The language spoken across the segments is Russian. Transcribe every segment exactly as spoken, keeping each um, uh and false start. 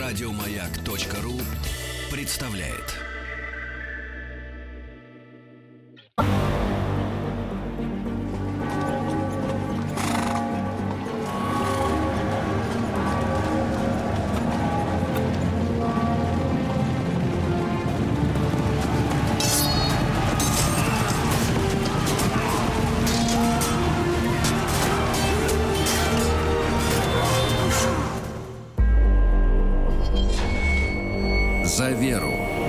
Радиомаяк.ру представляет. За веру,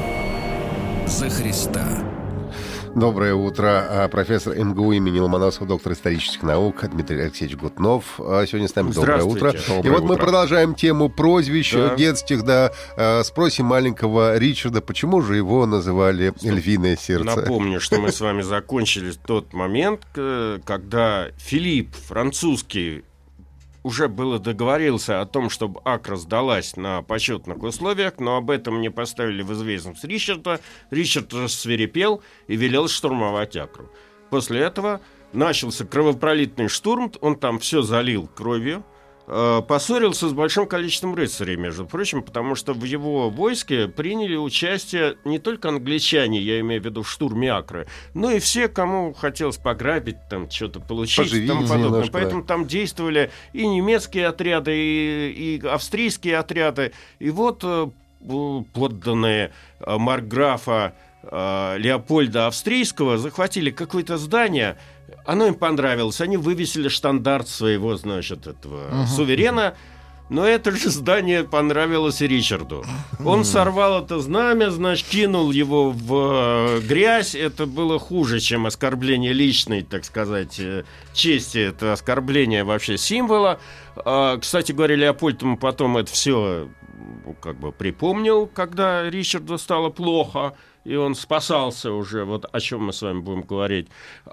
за Христа. Доброе утро. Профессор эм гэ у имени Ломоносова, доктор исторических наук Дмитрий Алексеевич Гутнов. Сегодня с нами доброе утро. Доброе И вот утро. Мы продолжаем тему прозвищ да. детских. Да. Спросим маленького Ричарда, почему же его называли «Львиное сердце». Напомню, что мы с вами закончили тот момент, когда Филипп, французский, уже было договорился о том, чтобы Акра сдалась на почетных условиях, но об этом не поставили в известность Ричарда. Ричард рассвирепел и велел штурмовать Акру. После этого начался кровопролитный штурм, он там все залил кровью, э, поссорился с большим количеством рыцарей, между прочим, потому что в его войске приняли участие не только англичане, я имею в виду в штурме Акры, но и все, кому хотелось пограбить, там что-то получить и тому подобное. Немножко, Поэтому да. там действовали и немецкие отряды, и, и австрийские отряды. И вот э, подданные э, маркграфа э, Леопольда Австрийского захватили какое-то здание. Оно им понравилось. Они вывесили штандарт своего, значит, этого uh-huh. суверена. Но это же здание понравилось и Ричарду. Он сорвал это знамя, значит, кинул его в грязь. Это было хуже, чем оскорбление личной, так сказать, чести. Это оскорбление вообще символа. Кстати говоря, Леопольд ему потом это все как бы припомнил, когда Ричарду стало плохо, и он спасался уже. Вот о чем мы с вами будем говорить.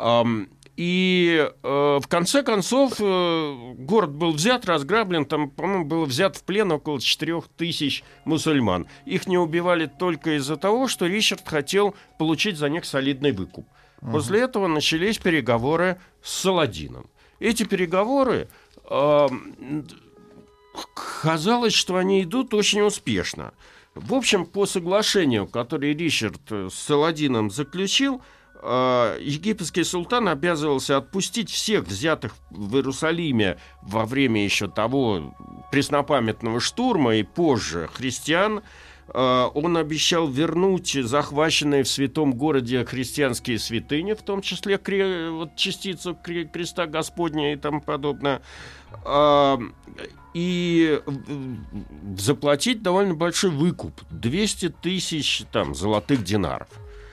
И э, в конце концов э, город был взят, разграблен, там, по-моему, было взят в плен около четырех тысяч мусульман. Их не убивали только из-за того, что Ричард хотел получить за них солидный выкуп. Uh-huh. После этого начались переговоры с Саладином. Эти переговоры, э, казалось, что они идут очень успешно. В общем, по соглашению, которое Ричард с Саладином заключил, египетский султан обязывался отпустить всех взятых в Иерусалиме во время еще того преснопамятного штурма и позже христиан. Он обещал вернуть захваченные в святом городе христианские святыни, в том числе кре- вот частицу креста Господня и тому подобное, и заплатить довольно большой выкуп – двести тысяч там, золотых динаров.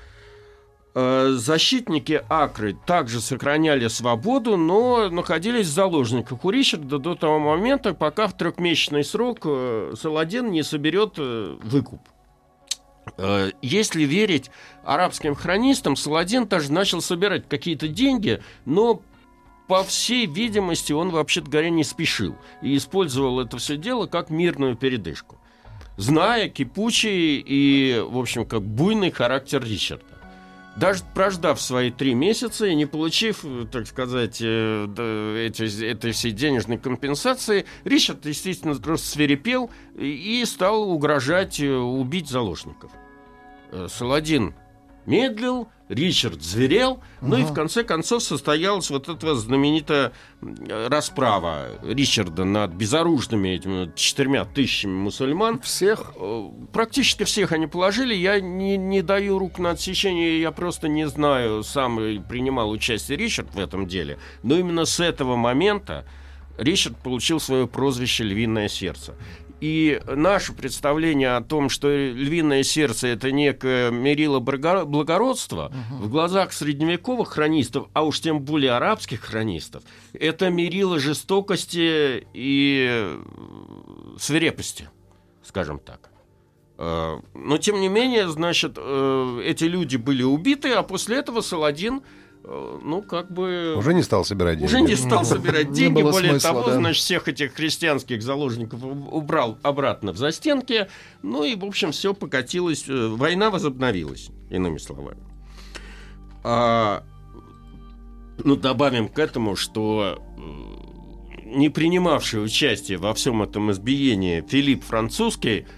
Защитники Акры также сохраняли свободу, но находились в заложниках у Ричарда до того момента, пока в трехмесячный срок Саладин не соберет выкуп. Если верить арабским хронистам, Саладин даже начал собирать какие-то деньги, но, по всей видимости, он, вообще-то говоря, не спешил и использовал это все дело как мирную передышку, зная кипучий и, в общем, как буйный характер Ричарда. Даже прождав свои три месяца и не получив, так сказать, эти, этой всей денежной компенсации, Ричард, естественно, рассвирепел и стал угрожать убить заложников. Саладин медлил, Ричард зверел, ну uh-huh. и в конце концов состоялась вот эта знаменитая расправа Ричарда над безоружными этими четырьмя тысячами мусульман. Всех? Практически всех они положили. Я не, не даю рук на отсечение, я просто не знаю, сам принимал участие Ричард в этом деле. Но именно с этого момента Ричард получил свое прозвище «Львиное сердце». И наше представление о том, что львиное сердце – это некое мерило благородства, uh-huh. в глазах средневековых хронистов, а уж тем более арабских хронистов, это мерило жестокости и свирепости, скажем так. Но, тем не менее, значит, эти люди были убиты, а после этого Саладин, ну, как бы... Уже не стал собирать деньги. Уже не стал собирать деньги. Более того, значит, всех этих христианских заложников убрал обратно в застенки. Ну и, в общем, все покатилось. Война возобновилась, иными словами. А, ну, добавим к этому, что не принимавший участие во всем этом избиении Филипп Французский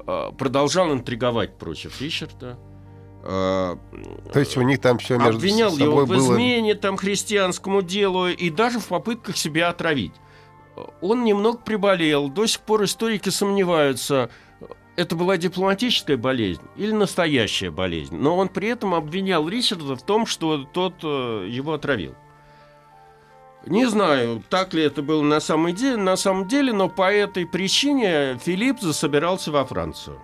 продолжал интриговать против Ричарда. То есть у них там все между обвинял собой его в было... измене там, христианскому делу и даже в попытках себя отравить. Он немного приболел. До сих пор историки сомневаются, это была дипломатическая болезнь или настоящая болезнь. Но он при этом обвинял Ричарда в том, что тот его отравил. Не знаю, так ли это было на самом деле, на самом деле, но по этой причине Филипп засобирался во Францию.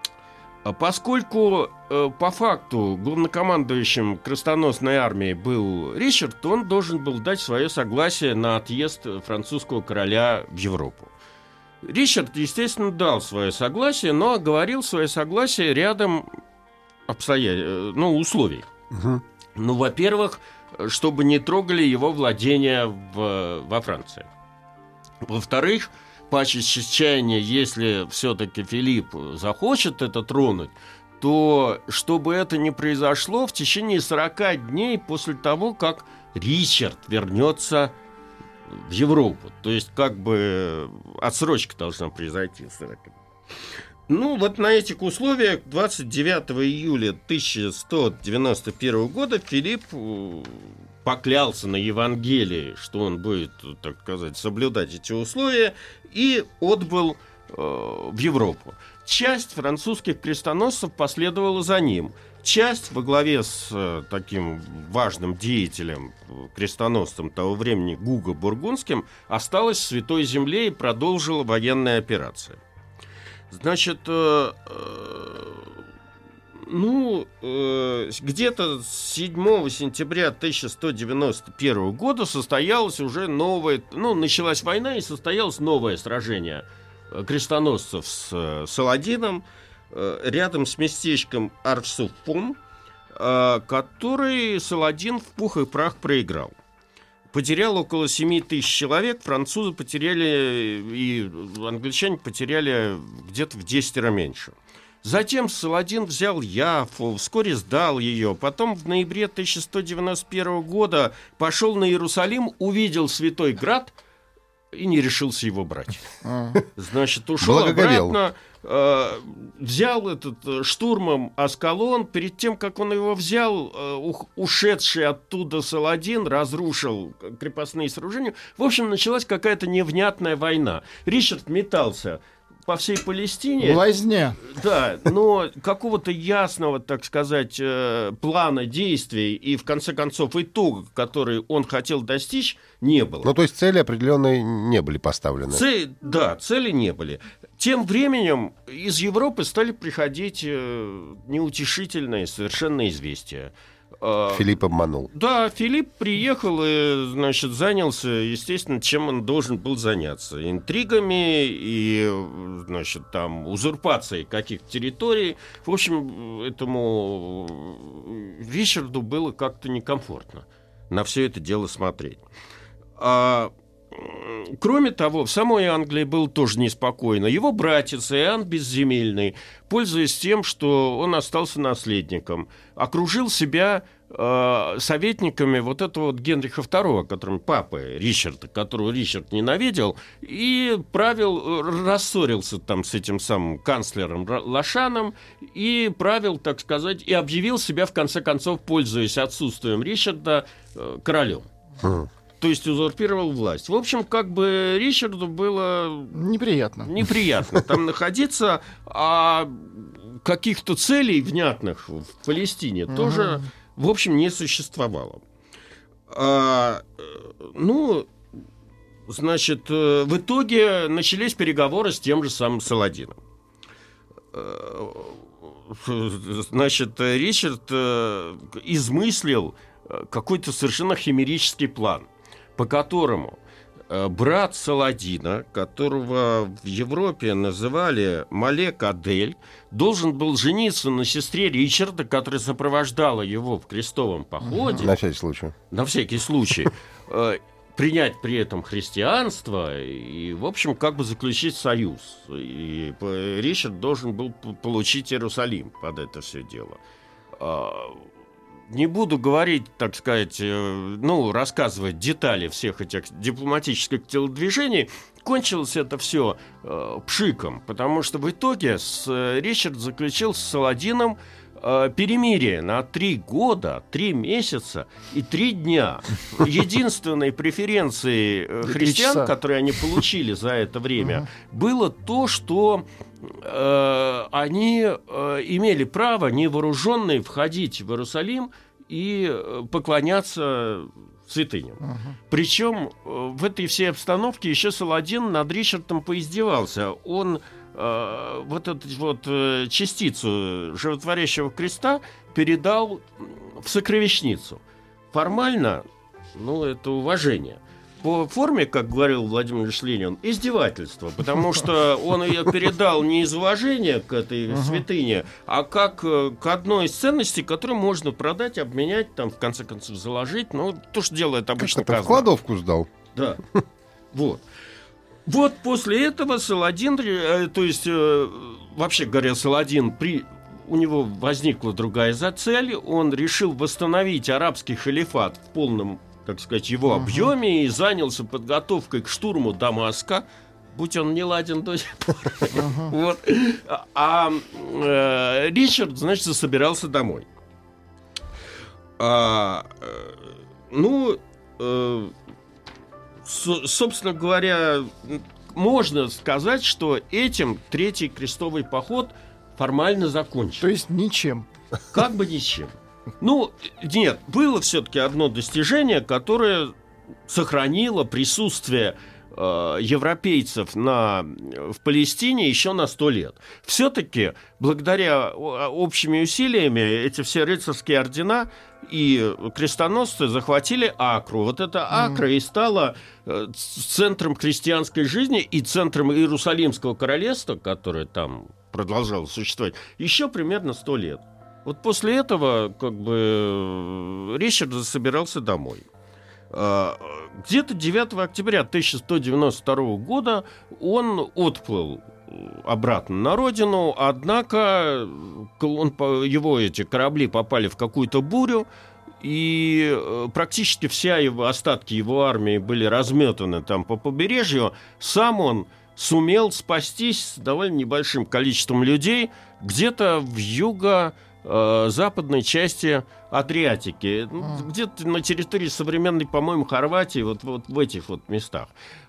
Поскольку э, по факту главнокомандующим крестоносной армией был Ричард, то он должен был дать свое согласие на отъезд французского короля в Европу. Ричард, естественно, дал свое согласие, но оговорил свое согласие рядом обстоя... ну, условий. Угу. Ну, во-первых, чтобы не трогали его владения в... во Франции. Во-вторых, паче чаяния, если все-таки Филипп захочет это тронуть, то чтобы это не произошло в течение сорока дней после того, как Ричард вернется в Европу. То есть как бы отсрочка должна произойти. Ну, вот на этих условиях двадцать девятого июля тысяча сто девяносто первого года Филипп поклялся на Евангелии, что он будет, так сказать, соблюдать эти условия, и отбыл э, в Европу. Часть французских крестоносцев последовала за ним. Часть во главе с э, таким важным деятелем, крестоносцем того времени Гуго Бургундским, осталась в Святой Земле и продолжила военные операции. Значит, э, э, ну, э, где-то с седьмого сентября тысяча сто девяносто первого года состоялась уже новая, ну, началась война и состоялось новое сражение крестоносцев с э, Саладином э, рядом с местечком Арсуфон, э, который Саладин в пух и прах проиграл. Потерял около семь тысяч человек, французы потеряли и англичане потеряли где-то в десятеро меньше. Затем Саладин взял Яффу, вскоре сдал ее. Потом в ноябре тысяча сто девяносто первого года пошел на Иерусалим, увидел Святой Град и не решился его брать. Значит, ушел обратно, э, взял этот штурмом Аскалон. Перед тем, как он его взял, э, ушедший оттуда Саладин разрушил крепостные сооружения. В общем, началась какая-то невнятная война. Ричард метался по всей Палестине. Возня. Да, но какого-то ясного, так сказать, плана действий и, в конце концов, итога, который он хотел достичь, не было. Ну, то есть цели определенные не были поставлены. Цель, да, цели не были. Тем временем из Европы стали приходить неутешительные совершенно известия. Филипп обманул. Да, Филипп приехал и, значит, занялся, естественно, чем он должен был заняться. Интригами и, значит, там, узурпацией каких-то территорий. В общем, этому Ричарду было как-то некомфортно на все это дело смотреть. А, кроме того, в самой Англии было тоже неспокойно. Его братец Иоанн Безземельный, пользуясь тем, что он остался наследником, окружил себя э, советниками вот этого вот Генриха второго, которым папы Ричарда, которого Ричард ненавидел, и правил, рассорился там с этим самым канцлером Лашаном, и правил, так сказать, и объявил себя, в конце концов, пользуясь отсутствием Ричарда, э, королем. Mm. То есть узурпировал власть. В общем, как бы Ричарду было неприятно, неприятно там находиться, а каких-то целей внятных в Палестине uh-huh. тоже, в общем, не существовало. А, ну, значит, в итоге начались переговоры с тем же самым Саладином. Значит, Ричард измыслил какой-то совершенно химерический план, по которому э, брат Саладина, которого в Европе называли Малек Адель, должен был жениться на сестре Ричарда, которая сопровождала его в крестовом походе. На всякий случай. На всякий случай. Э, принять при этом христианство и, в общем, как бы заключить союз. И Ричард должен был получить Иерусалим под это все дело. не буду говорить, так сказать, ну, рассказывать детали всех этих дипломатических телодвижений. Кончилось это все э, пшиком, потому что в итоге с, Ричард заключил с Саладином э, перемирие на три года, три месяца и три дня. Единственной преференцией э, христиан, которые они получили за это время, было то, что э, они э, имели право невооруженные входить в Иерусалим и поклоняться святыням. Uh-huh. Причем в этой всей обстановке еще Саладин над Ричардом поиздевался. Он э, вот эту вот э, частицу животворящего креста передал в сокровищницу. Формально, ну, это уважение. По форме, как говорил Владимир Ильич Ленин, издевательство, потому что он ее передал не из уважения к этой uh-huh. святыне, а как к одной из ценностей, которую можно продать, обменять, там, в конце концов, заложить. Ну, то, что делает обычно казна. В кладовку сдал. Да. Вот. Вот после этого Саладин, то есть, вообще говоря, Саладин при... у него возникла другая цель. Он решил восстановить арабский халифат в полном, так сказать, его объеме, uh-huh. и занялся подготовкой к штурму Дамаска, будь он не ладен до сих пор. Uh-huh. Вот. А э, Ричард, значит, собирался домой. А, э, ну, э, со, собственно говоря, можно сказать, что этим Третий крестовый поход формально закончен. То есть ничем. Как бы ничем. Ну, нет, было все-таки одно достижение, которое сохранило присутствие э, европейцев на, в Палестине еще на сто лет. Все-таки, благодаря общими усилиями, эти все рыцарские ордена и крестоносцы захватили Акру. Вот эта Акра mm. и стала э, центром христианской жизни и центром Иерусалимского королевства, которое там продолжало существовать, еще примерно сто лет. Вот после этого, как бы, Ричард собирался домой. Где-то девятого октября тысяча сто девяносто второго года он отплыл обратно на родину, однако он, его эти корабли попали в какую-то бурю, и практически вся его, остатки его армии были разметаны там по побережью. Сам он сумел спастись с довольно небольшим количеством людей где-то в юго западной части Адриатики, mm. где-то на территории современной, по-моему, Хорватии, вот, вот в этих вот местах.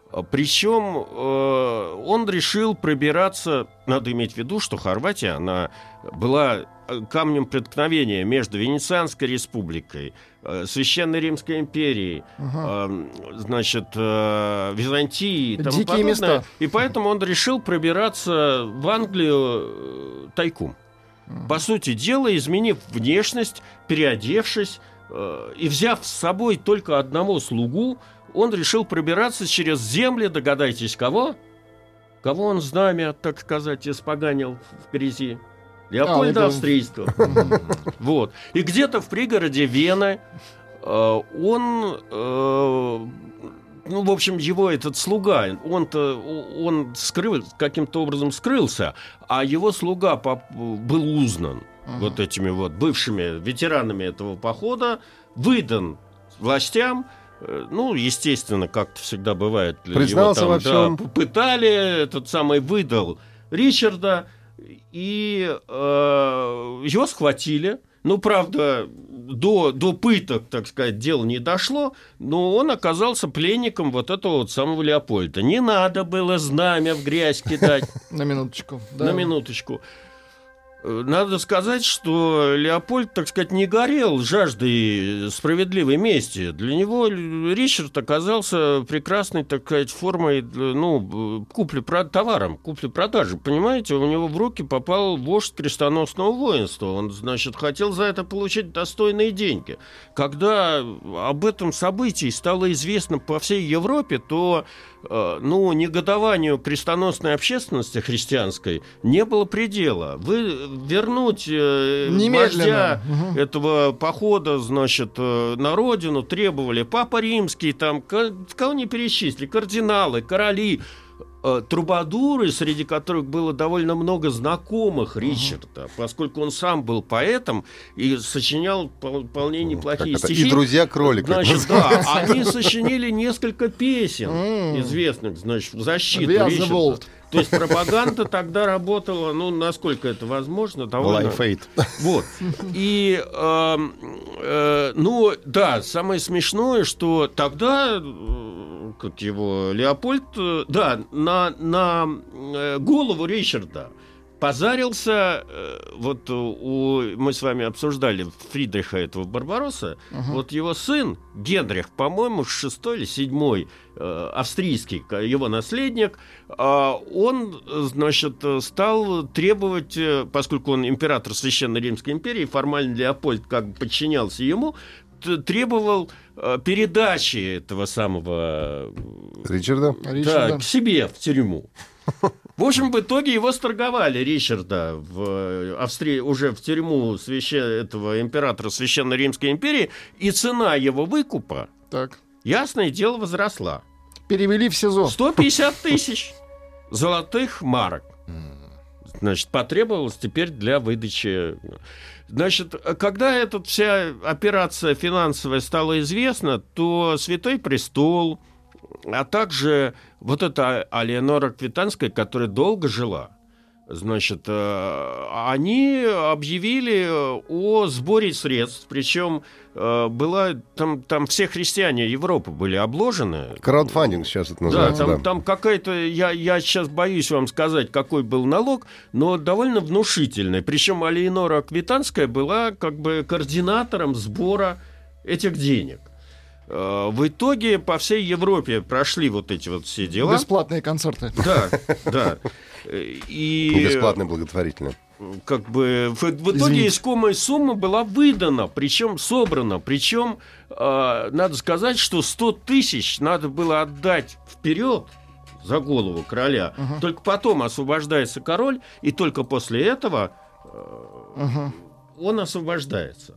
Причем э, он решил пробираться, надо иметь в виду, что Хорватия, она была камнем преткновения между Венецианской республикой, э, Священной Римской империей, uh-huh. э, значит, э, Византией и тому Дикие подобное. Места. И поэтому он решил пробираться в Англию э, тайком. По сути дела, изменив внешность, переодевшись э, и взяв с собой только одного слугу, он решил пробираться через земли, догадайтесь, кого? Кого он знамя, так сказать, испоганил впереди? Леопольда а, Австрийского. Вот. И где-то в пригороде Вены э, он... Э, Ну, в общем, его этот слуга, он-то, он скрыл, каким-то образом скрылся, а его слуга поп- был узнан uh-huh. вот этими вот бывшими ветеранами этого похода, выдан властям, ну, естественно, как-то всегда бывает. Признался его там, во всем. Да, пытали, этот самый выдал Ричарда, и э, его схватили. Ну, правда, до, до пыток, так сказать, дело не дошло, но он оказался пленником вот этого вот самого Леопольда. Не надо было знамя в грязь кидать. На минуточку. На минуточку. Надо сказать, что Леопольд, так сказать, не горел жаждой справедливой мести. Для него Ричард оказался прекрасной, так сказать, формой, ну, купли-продажи, товаром, купли-продажи. Понимаете, у него в руки попал вождь крестоносного воинства. Он, значит, хотел за это получить достойные деньги. Когда об этом событии стало известно по всей Европе, то, ну, негодованию крестоносной общественности христианской не было предела. Вы вернуть э, вождя угу. этого похода, значит, э, на родину требовали Папа Римский, там, кого не перечислили, кардиналы, короли, э, трубадуры, среди которых было довольно много знакомых Ричарда, uh-huh. поскольку он сам был поэтом и сочинял вполне неплохие стихи. И друзья кролика. Значит, да, они сочинили несколько песен mm. известных, значит, в защиту Ричарда. То есть пропаганда тогда работала, ну, насколько это возможно, довольно... Life Aid. Вот. И, э, э, ну, да, самое смешное, что тогда, как его, Леопольд, да, на, на голову Ричарда позарился, вот у, мы с вами обсуждали Фридриха этого Барбаросса, uh-huh. вот его сын Генрих, по-моему, шестой или седьмой, э, австрийский, его наследник, э, он, значит, стал требовать, поскольку он император Священной Римской империи, формально Леопольд как бы подчинялся ему, требовал э, передачи этого самого Ричарда? Да, Ричарда к себе в тюрьму. В общем, в итоге его сторговали, Ричарда, в Австрии, уже в тюрьму священ... этого императора Священной Римской империи, и цена его выкупа, так. ясное дело, возросла. Перевели в СИЗО. сто пятьдесят тысяч золотых марок. Значит, потребовалось теперь для выдачи. Значит, когда эта вся операция финансовая стала известна, то Святой Престол, а также вот эта Алеонора Аквитанская, которая долго жила, значит, они объявили о сборе средств, причем была там, там все христиане Европы были обложены. Краудфандинг сейчас это называется. Да, там, да. там какая-то, я, я сейчас боюсь вам сказать, какой был налог, но довольно внушительный. Причем Алеонора Аквитанская была как бы координатором сбора этих денег. В итоге по всей Европе прошли вот эти вот все дела. Бесплатные концерты. Да, да. И бесплатные, благотворительные. Как бы в, в итоге искомая сумма была выдана, причем собрана. Причем э, надо сказать, что сто тысяч надо было отдать вперед за голову короля. Uh-huh. Только потом освобождается король, и только после этого э, uh-huh. он освобождается.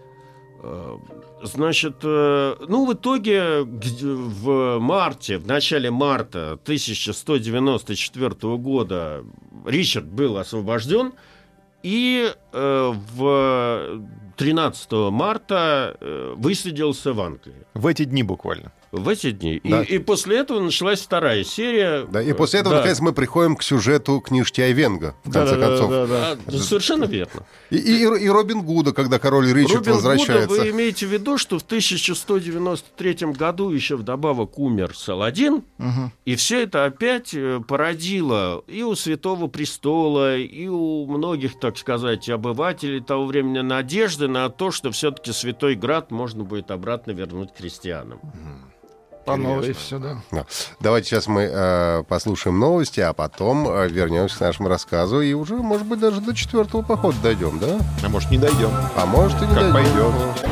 Значит, ну, в итоге в марте, в начале марта тысяча сто девяносто четвёртого года Ричард был освобожден, и э, в тринадцатого марта э, высадился в Англии. В эти дни буквально. В эти дни. Да. И, и после этого началась вторая серия. Да, и после этого, да. наконец, мы приходим к сюжету книжки Айвенго, в конце да, концов. Да, да, А, да, совершенно верно. И, и, и Робин Гуда, когда король Ричард Робин возвращается. Гуда, вы имеете в виду, что в тысяча сто девяносто третьем году еще вдобавок умер Саладин, угу. и все это опять породило и у Святого Престола, и у многих, так сказать, обывателей того времени надежды на то, что все-таки Святой Град можно будет обратно вернуть христианам. По новой все, да. Да. Давайте сейчас мы э, послушаем новости, а потом э, вернемся к нашему рассказу и уже, может быть, даже до четвертого похода дойдем, да? А может, не дойдем. А может, и не Как дойдем. пойдет.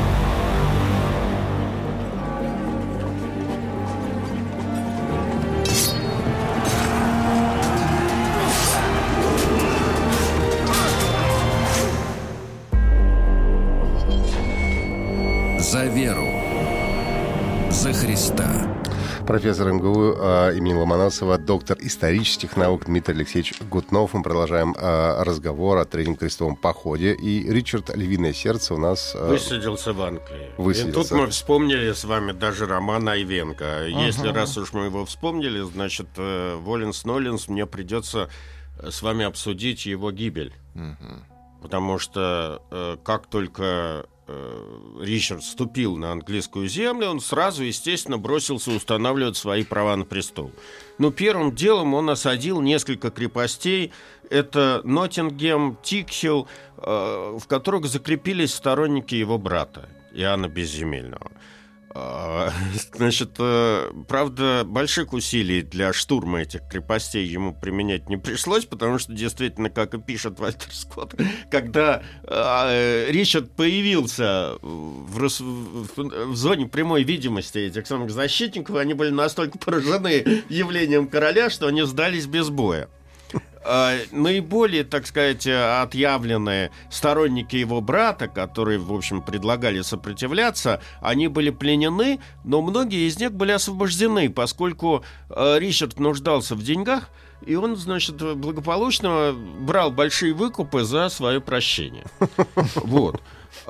За веру. За Христа. Профессор МГУ э, имени Ломоносова, доктор исторических наук Дмитрий Алексеевич Гутнов. Мы продолжаем э, разговор о Третьем крестовом походе. И Ричард «Львиное сердце» у нас... Э, Высадился в Англии. Высадился. И тут мы вспомнили с вами даже роман Айвенго. Ага. Если раз уж мы его вспомнили, значит, э, Воленс-Ноленс, мне придется с вами обсудить его гибель. Угу. Потому что э, как только... Ричард вступил на английскую землю, он сразу, естественно, бросился устанавливать свои права на престол. Но первым делом он осадил несколько крепостей. Это Ноттингем, Тикхилл, в которых закрепились сторонники его брата, Иоанна Безземельного. Значит, правда, больших усилий для штурма этих крепостей ему применять не пришлось, потому что, действительно, как и пишет Вальтер Скотт, когда Ричард появился в, в зоне прямой видимости этих самых защитников, они были настолько поражены явлением короля, что они сдались без боя. э, наиболее, так сказать, отъявленные сторонники его брата, которые, в общем, предлагали сопротивляться, они были пленены, но многие из них были освобождены, поскольку э, Ричард нуждался в деньгах, и он, значит, благополучно брал большие выкупы за свое прощение. Вот.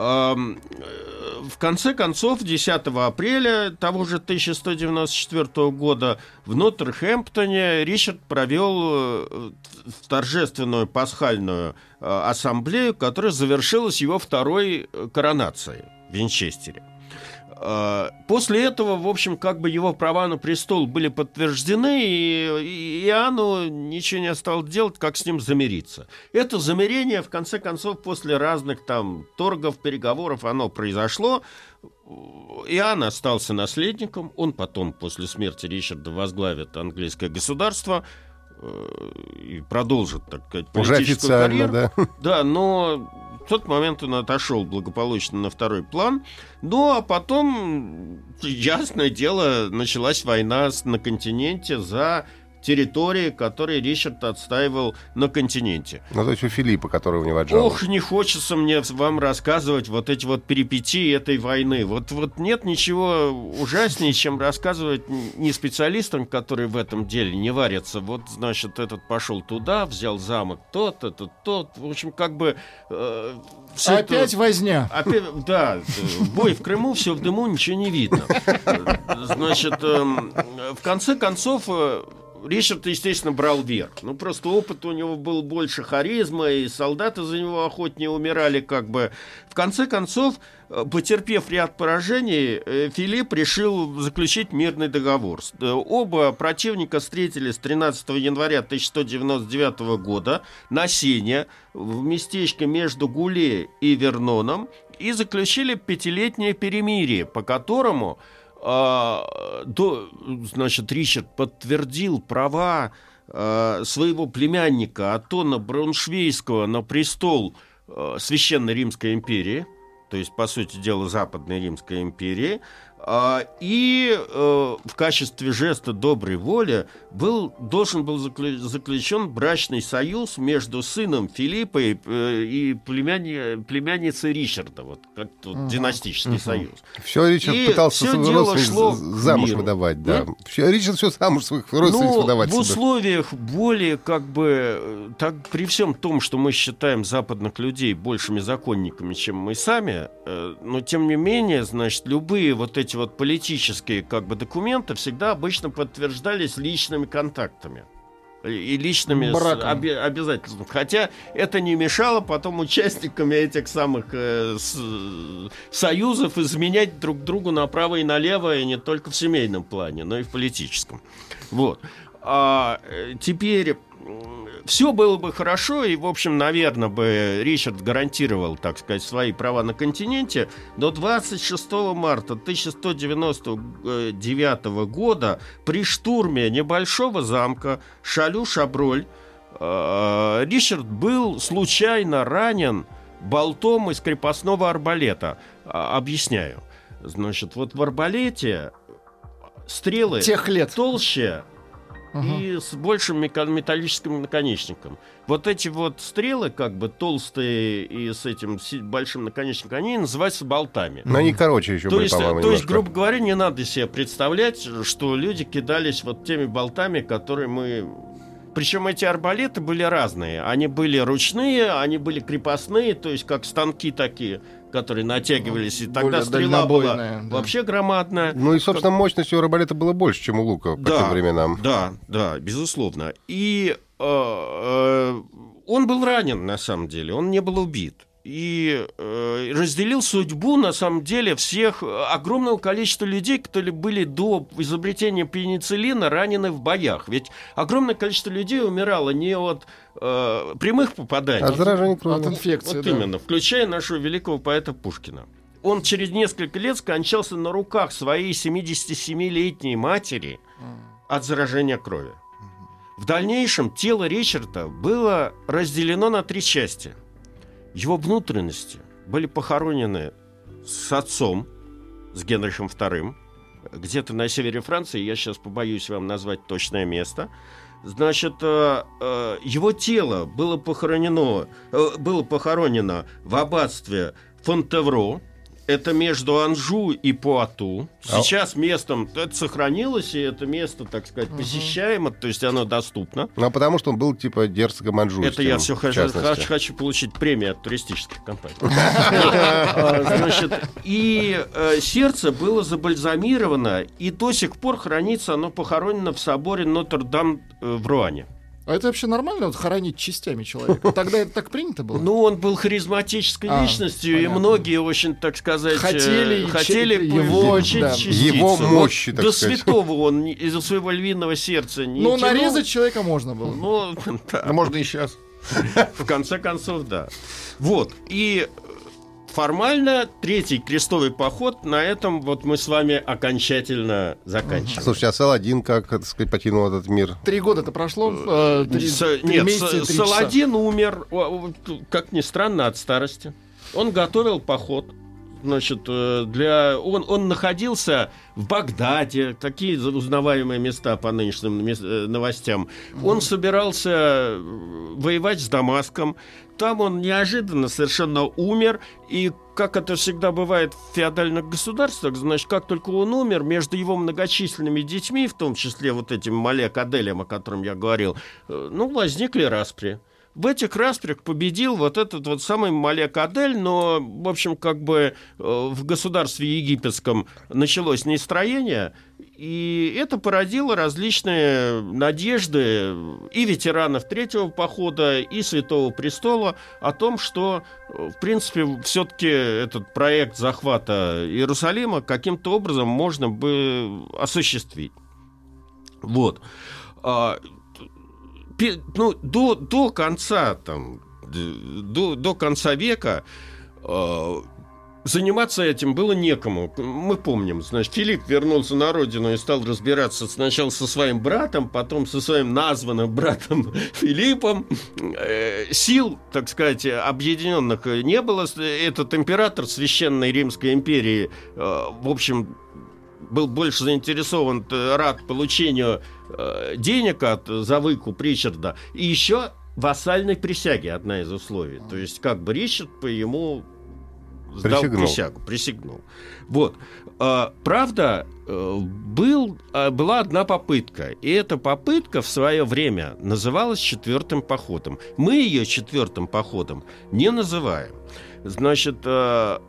В конце концов, десятого апреля того же тысяча сто девяносто четвёртого года в Нотр-Хэмптоне Ричард провел торжественную пасхальную ассамблею, которая завершилась его второй коронацией в Винчестере. После этого, в общем, как бы его права на престол были подтверждены, и Иоанну ничего не осталось делать, как с ним замириться. Это замирение, в конце концов, после разных там торгов, переговоров, оно произошло. Иоанн остался наследником, он потом, после смерти Ричарда, возглавит английское государство и продолжит, так сказать, политическую карьеру. Да? Да, но... В тот момент он отошел благополучно на второй план. Ну, а потом, ясное дело, началась война на континенте за территории, которые Ричард отстаивал на континенте. Ну, то есть у Филиппа, который у него отжал. Ох, не хочется мне вам рассказывать вот эти вот перипетии этой войны. Вот, вот нет ничего ужаснее, чем рассказывать не специалистам, которые в этом деле не варятся. Вот, значит, этот пошел туда, взял замок тот, этот тот. В общем, как бы... Э, опять это, возня. Опять, да, бой в Крыму, все в дыму, ничего не видно. Значит, э, в конце концов... Ричард, естественно, брал верх. Ну, просто опыт у него был больше, харизма, и солдаты за него охотнее умирали, как бы. В конце концов, потерпев ряд поражений, Филипп решил заключить мирный договор. Оба противника встретились тринадцатого января тысяча сто девяносто девятого года на Сене, в местечке между Гуле и Верноном, и заключили пятилетнее перемирие, по которому... А, до, значит, Ричард подтвердил права а, своего племянника Оттона Брауншвейгского на престол а, Священной Римской империи, то есть, по сути дела, Западной Римской империи, а, и а, в качестве жеста доброй воли был, должен был заклю, заключен брачный союз между сыном Филиппа и, и племянни, племянницей Ричарда, вот как тут угу. династический угу. союз. Все Ричард и пытался своих родственников замуж выдавать, да. да? Все, Ричард все замуж своих родственников ну, выдавать. В себе. Условиях более, как бы, так, при всем том, что мы считаем западных людей большими законниками, чем мы сами, э, но тем не менее, значит, любые вот эти вот политические, как бы, документы всегда обычно подтверждались личными контактами и личными оби- обязательствами. Хотя это не мешало потом участниками этих самых э, с, союзов изменять друг другу направо и налево, и не только в семейном плане, но и в политическом. Вот. А теперь все было бы хорошо, и, в общем, наверное, бы Ричард гарантировал, так сказать, свои права на континенте, но двадцать шестого марта тысяча сто девяносто девятого года при штурме небольшого замка Шалю-Шаброль э, Ричард был случайно ранен болтом из крепостного арбалета. А, объясняю. Значит, вот в арбалете стрелы тех лет толще и uh-huh. с большим металлическим наконечником. Вот эти вот стрелы, как бы толстые и с этим большим наконечником, они называются болтами. Но они короче еще то были, есть, по-моему, То есть, немножко. грубо говоря, не надо себе представлять, что люди кидались вот теми болтами, которые мы... Причем эти арбалеты были разные. Они были ручные, они были крепостные, то есть как станки такие, которые натягивались, и тогда стрела была да. вообще громадная. Ну и, собственно, как... мощность у арбалета была больше, чем у лука по да, тем временам. Да, да, безусловно. И э, э, он был ранен, на самом деле, он не был убит. И э, разделил судьбу, на самом деле, всех огромного количества людей, которые были до изобретения пенициллина ранены в боях. Ведь огромное количество людей умирало не от э, прямых попаданий, от заражения крови, от инфекции. Вот да. именно, включая нашего великого поэта Пушкина. Он через несколько лет скончался на руках своей семидесятисемилетней матери от заражения крови. В дальнейшем тело Ричарда было разделено на три части. Его внутренности были похоронены с отцом, с Генрихом вторым, где-то на севере Франции, я сейчас побоюсь вам назвать точное место. Значит, его тело было похоронено, было похоронено в аббатстве Фонтевро. Это между Анжу и Пуату. Сейчас местом это сохранилось, и это место, так сказать, посещаемо, то есть оно доступно. Ну, а потому что он был типа герцогом Анжуйским. Это я все хочу, хочу, хочу получить премию от туристических компаний. Значит, и сердце было забальзамировано, и до сих пор хранится, оно похоронено в соборе Нотр-Дам в Руане. А это вообще нормально, вот, хоронить частями человека? Тогда это так принято было? Ну, он был харизматической а, личностью, понятно. И многие очень, так сказать, хотели, хотели его, получить да. его мощи, так До сказать. святого он из-за своего львиного сердца не Ну, тянул. нарезать человека можно было. Ну, да. Ну, можно и сейчас. В конце концов, да. Вот, и... Формально третий крестовый поход на этом вот мы с вами окончательно заканчиваем. Слушайте, а Саладин как, так сказать, покинул этот мир? Три года-то прошло. Э, три, С, три нет, месяца, с, Саладин умер, как ни странно, от старости. Он готовил поход. Значит, для... он, он находился в Багдаде, такие узнаваемые места по нынешним новостям. Он собирался воевать с Дамаском. Там он неожиданно совершенно умер. И, как это всегда бывает в феодальных государствах, значит, как только он умер, между его многочисленными детьми, в том числе вот этим Малек Аделем, о котором я говорил, ну, возникли распри. В этих распрях победил вот этот вот самый Малек Адель, но, в общем, как бы в государстве египетском началось нестроение, и это породило различные надежды и ветеранов Третьего похода, и Святого Престола о том, что, в принципе, все-таки этот проект захвата Иерусалима каким-то образом можно бы осуществить. Вот. Ну, до, до конца там, до, до конца века э, заниматься этим было некому. Мы помним, значит, Филипп вернулся на родину и стал разбираться сначала со своим братом, потом со своим названным братом Филиппом. Э, сил, так сказать, объединенных не было. Этот император Священной Римской империи, э, в общем, был больше заинтересован, рад получению э, денег от, за выкуп Ричарда. И еще вассальной присяги, одна из условий. То есть как бы Ричард по ему сдал присягнул. присягу, присягнул. Вот. Э, правда, э, был, э, была одна попытка. И эта попытка в свое время называлась четвертым походом. Мы ее четвертым походом не называем. Значит... Э,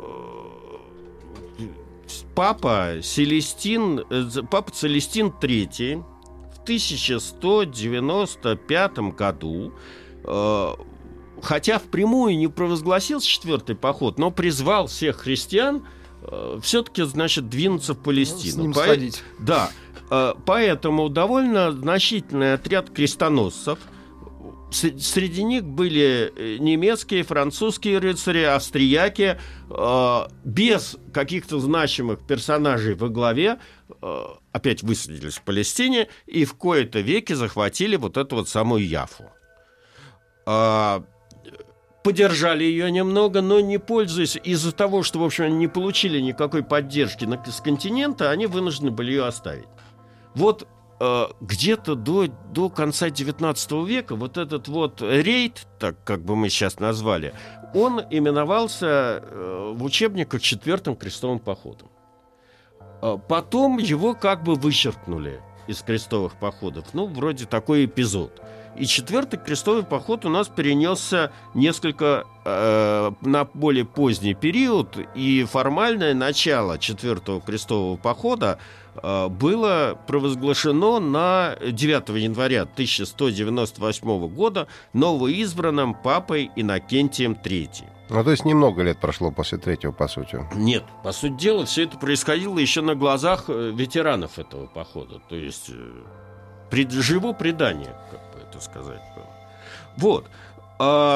Папа Селестин, папа Целестин третий в тысяча сто девяносто пятом году, э, хотя впрямую не провозгласил четвертый поход, но призвал всех христиан э, все-таки, значит, двинуться в Палестину. С ним По... сходить. Да, э, поэтому довольно значительный отряд крестоносцев. Среди них были немецкие, французские рыцари, австрияки, э, без каких-то значимых персонажей во главе, э, опять высадились в Палестине и в кои-то веки захватили вот эту вот самую Яффу. Э, поддержали ее немного, но не пользуясь, из-за того, что, в общем, они не получили никакой поддержки с континента, они вынуждены были ее оставить. Вот где-то до, до конца девятнадцатого века вот этот вот рейд, так как бы мы сейчас назвали, он именовался в учебниках четвертым крестовым походом. Потом его как бы вычеркнули из крестовых походов. Ну, вроде такой эпизод. И четвертый крестовый поход у нас перенесся несколько э, на более поздний период, и формальное начало четвертого крестового похода э, было провозглашено на девятого января тысяча сто девяносто восьмого года новоизбранным папой Иннокентием третьим. Ну, то есть немного лет прошло после третьего, по сути. Нет, по сути дела, все это происходило еще на глазах ветеранов этого похода. То есть пред, живо предание, как бы это сказать было. Вот. А,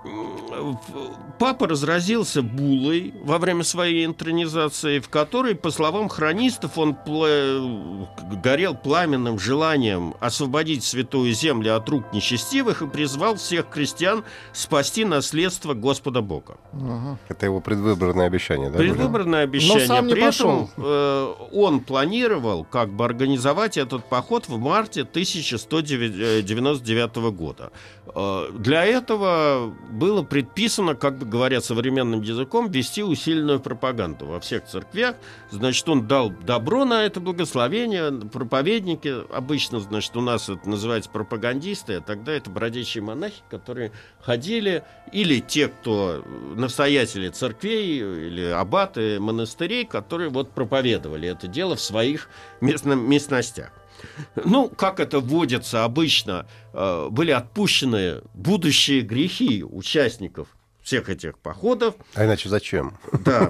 папа разразился буллой во время своей интронизации, в которой, по словам хронистов, он пла- горел пламенным желанием освободить Святую Землю от рук нечестивых и призвал всех крестьян спасти наследство Господа Бога. Угу. Это его предвыборное обещание, да? Предвыборное обещание. Но сам не При пошел. этом э, он планировал как бы организовать этот поход в марте тысяча сто девяносто девятого года. Э, для этого было предписано, как бы говоря современным языком, вести усиленную пропаганду во всех церквях. Значит, он дал добро на это благословение. Проповедники, обычно, значит, у нас это называется пропагандисты, а тогда это бродячие монахи, которые ходили, или те, кто настоятели церквей, или аббаты монастырей, которые вот проповедовали это дело в своих местном, местностях. Ну, как это водится обычно, э, были отпущены будущие грехи участников всех этих походов. А иначе зачем? Да.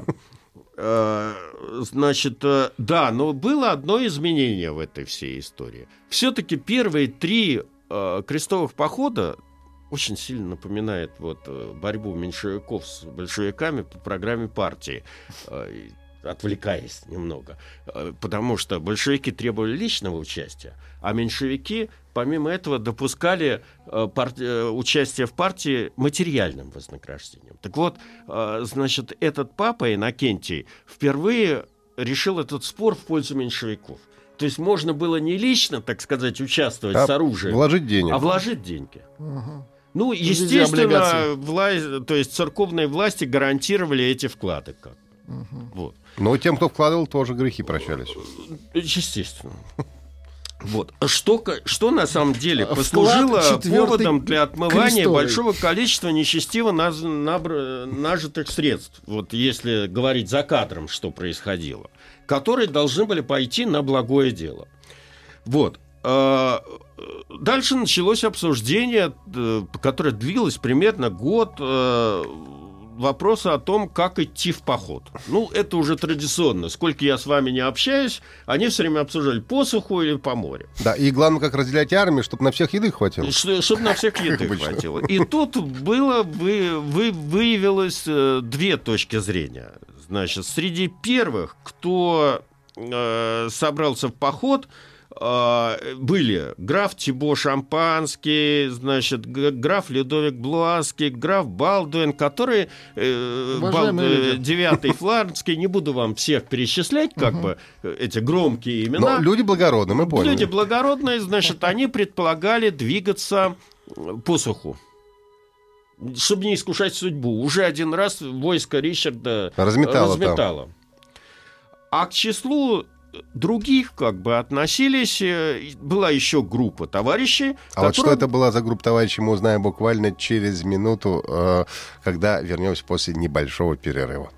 Э, значит, э, да, но было одно изменение в этой всей истории. Все-таки первые три э, крестовых похода очень сильно напоминает вот, э, борьбу меньшевиков с большевиками по программе партии. Э, отвлекаясь немного, потому что большевики требовали личного участия, а меньшевики, помимо этого, допускали парти- участие в партии материальным вознаграждением. Так вот, значит, этот папа Иннокентий впервые решил этот спор в пользу меньшевиков. То есть можно было не лично, так сказать, участвовать а с оружием, вложить денег. а вложить деньги. Угу. Ну, естественно, власть, то есть церковные власти гарантировали эти вклады. Как. Угу. Вот. Но тем, кто вкладывал, тоже грехи прощались. Естественно. Вот. Что, что на самом деле послужило поводом для отмывания крестовый. большого количества нечестиво наз, набр, нажитых средств, вот если говорить за кадром, что происходило, которые должны были пойти на благое дело. Вот. Дальше началось обсуждение, которое длилось примерно год, вопроса о том, как идти в поход. Ну, это уже традиционно. Сколько я с вами не общаюсь, они все время обсуждали по суху или по морю. Да, и главное, как разделять армию, чтобы на всех еды хватило. Чтобы на всех еды хватило. И тут было, вы, вы, выявилось э, две точки зрения. Значит, среди первых, кто э, собрался в поход, были граф Тибо Шампанский, значит, граф Людовик Блуаский, граф Балдуин, которые э, Бал, девятый Фландерский, не буду вам всех перечислять, как угу. бы эти громкие имена. Но люди благородные, мы поняли. Люди благородные, значит, они предполагали двигаться по суху, чтобы не искушать судьбу. Уже один раз войско Ричарда разметало. разметало. А к числу других как бы относились, была еще группа товарищей. А которые... вот что это была за группа товарищей, мы узнаем буквально через минуту, когда вернемся после небольшого перерыва.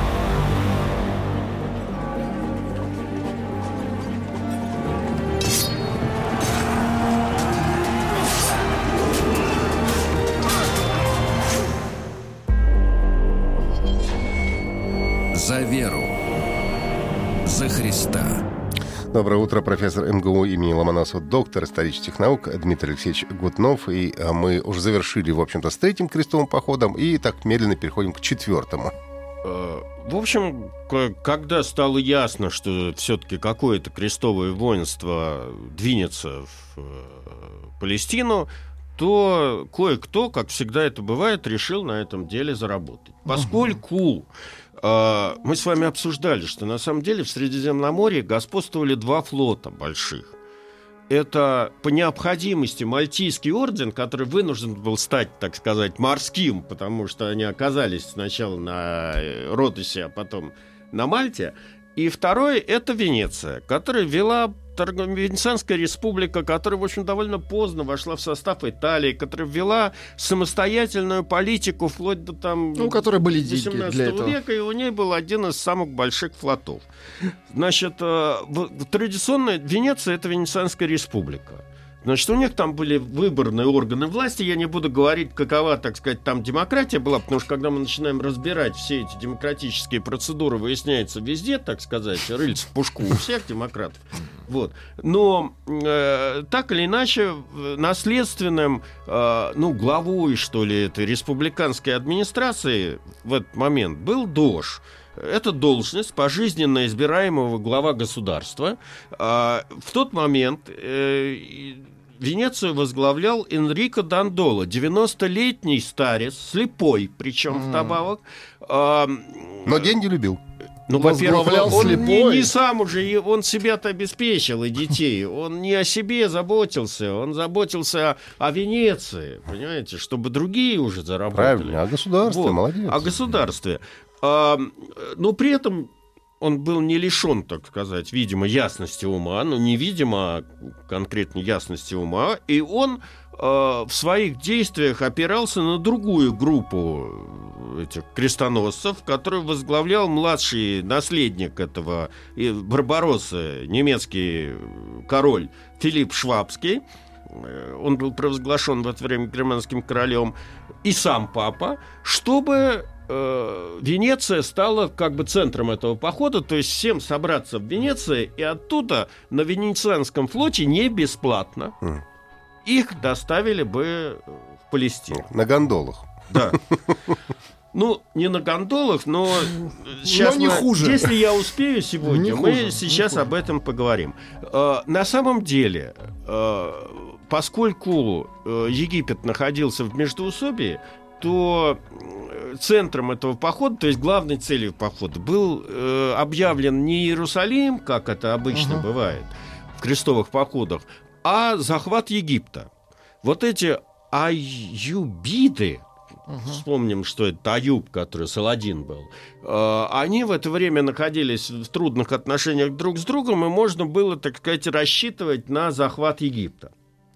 За веру. За Христа. Доброе утро, профессор эм гэ у имени Ломоносова, доктор исторических наук Дмитрий Алексеевич Гутнов. И мы уже завершили, в общем-то, с третьим крестовым походом и так медленно переходим к четвертому. В общем, когда стало ясно, что все-таки какое-то крестовое воинство двинется в Палестину, то кое-кто, как всегда это бывает, решил на этом деле заработать. Поскольку э, мы с вами обсуждали, что на самом деле в Средиземноморье господствовали два флота больших. Это по необходимости Мальтийский орден, который вынужден был стать, так сказать, морским, потому что они оказались сначала на Родосе, а потом на Мальте. И второе — это Венеция, которая вела Венецианская республика, которая, в общем, довольно поздно вошла в состав Италии, которая ввела самостоятельную политику вплоть до там, ну, у которой были деньги для этого. восемнадцатого века, и у нее был один из самых больших флотов. Значит, традиционная Венеция — это Венецианская республика. Значит, у них там были выборные органы власти. Я не буду говорить, какова, так сказать, там демократия была, потому что когда мы начинаем разбирать все эти демократические процедуры, выясняется везде, так сказать, рыльце в пушку у всех демократов. Вот. Но э, так или иначе, наследственным, э, ну, главой, что ли, этой республиканской администрации в этот момент был Дож. Это должность пожизненно избираемого глава государства. А в тот момент э, Венецию возглавлял Энрико Дандоло, девяностолетний старец, слепой, причем mm. вдобавок. А, Но деньги любил. Ну, во-первых, он не, не сам уже, он себя-то обеспечил, и детей. Он не о себе заботился, он заботился о Венеции, понимаете, чтобы другие уже заработали. Правильно, о государстве, вот. Молодец. О государстве. А, но при этом он был не лишен, так сказать, видимо, ясности ума, ну, не видимо, а конкретно ясности ума, и он э, в своих действиях опирался на другую группу этих крестоносцев, которую возглавлял младший наследник этого Барбароссы, немецкий король Филипп Швабский. Он был провозглашен в это время германским королем, и сам папа, чтобы Венеция стала как бы центром этого похода, то есть всем собраться в Венеции, и оттуда на венецианском флоте не бесплатно mm. их доставили бы в Палестину. На гондолах. Да. Ну, не на гондолах, но сейчас но не мы, хуже. Если я успею сегодня, не мы хуже, сейчас об этом поговорим. На самом деле, поскольку Египет находился в междоусобии, то центром этого похода, то есть главной целью похода, был э, объявлен не Иерусалим, как это обычно uh-huh. бывает в крестовых походах, а захват Египта. Вот эти аюбиды, uh-huh. вспомним, что это Аюб, который Саладин был, э, они в это время находились в трудных отношениях друг с другом, и можно было, так сказать, рассчитывать на захват Египта.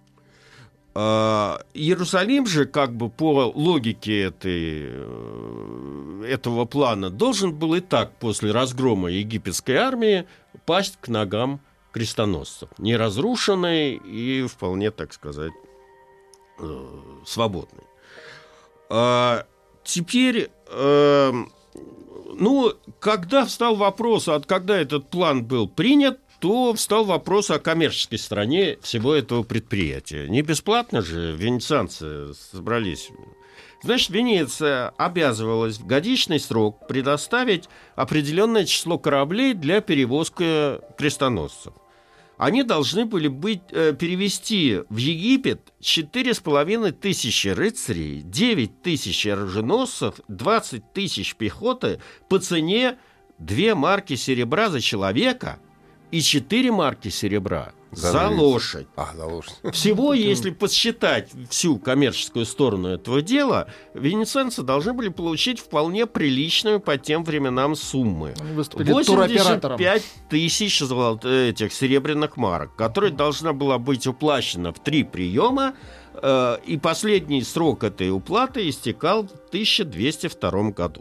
Иерусалим же, как бы по логике этой, этого плана, должен был и так после разгрома египетской армии пасть к ногам крестоносцев, не разрушенный и вполне, так сказать, свободный. А теперь, ну, когда встал вопрос, от когда этот план был принят, то встал вопрос о коммерческой стороне всего этого предприятия. Не бесплатно же венецианцы собрались. Значит, Венеция обязывалась в годичный срок предоставить определенное число кораблей для перевозки крестоносцев. Они должны были быть, э, перевести в Египет четыре с половиной тысячи рыцарей, девять тысяч оруженосцев, двадцать тысяч пехоты по цене две марки серебра за человека и четыре марки серебра за, за лошадь. А, за лошадь. Всего, если подсчитать всю коммерческую сторону этого дела, венецианцы должны были получить вполне приличную по тем временам суммы. восемьдесят пять тысяч этих серебряных марок, которые должна была быть уплачена в три приема, э, и последний срок этой уплаты истекал в тысяча двести втором году.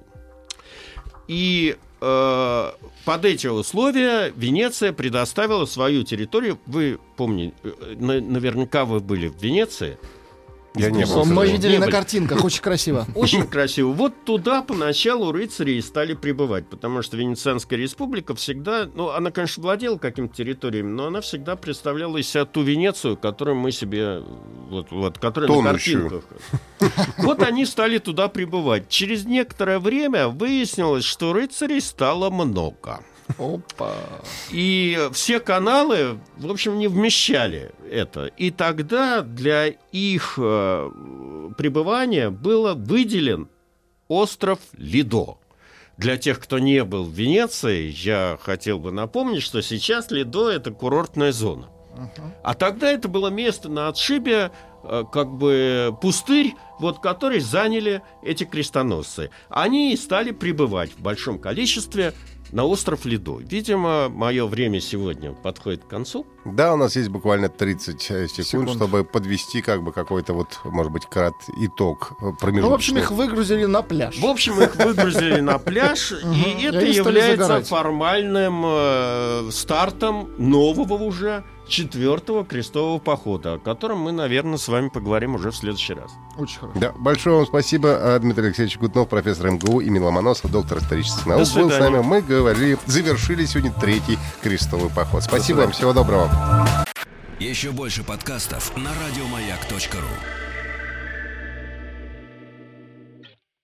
И под эти условия Венеция предоставила свою территорию. Вы помните, наверняка вы были в Венеции. Я не был. Мы видели на картинках, очень красиво. Очень красиво. Вот туда поначалу рыцари стали прибывать, потому что Венецианская республика всегда, ну, она, конечно, владела какими-то территориями, но она всегда представляла из себя ту Венецию, которую мы себе, вот, вот которая тонущую на картинках. Вот они стали туда прибывать. Через некоторое время выяснилось, что рыцарей стало много. Опа. И все каналы, в общем, не вмещали это. И тогда для их э, пребывания был выделен остров Лидо. Для тех, кто не был в Венеции, я хотел бы напомнить, что сейчас Лидо — это курортная зона. Uh-huh. А тогда это было место на отшибе, э, как бы пустырь, вот, который заняли эти крестоносцы. Они и стали прибывать в большом количестве на остров Лидо. Видимо, мое время сегодня подходит к концу. Да, у нас есть буквально тридцать секунд, секунд. чтобы подвести как бы какой-то вот, может быть, крат итог промежуточный. Ну, в общем, их выгрузили на пляж. В общем, их выгрузили на пляж, и это является формальным стартом нового уже четвертого крестового похода, о котором мы, наверное, с вами поговорим уже в следующий раз. Очень хорошо. Да, большое вам спасибо, Дмитрий Алексеевич Гутнов, профессор МГУ имени Ломоносова, доктор исторических наук. Был с нами. Мы говорили, завершили сегодня третий крестовый поход. Спасибо вам, всего доброго. Еще больше подкастов на радиомаяк точка ру.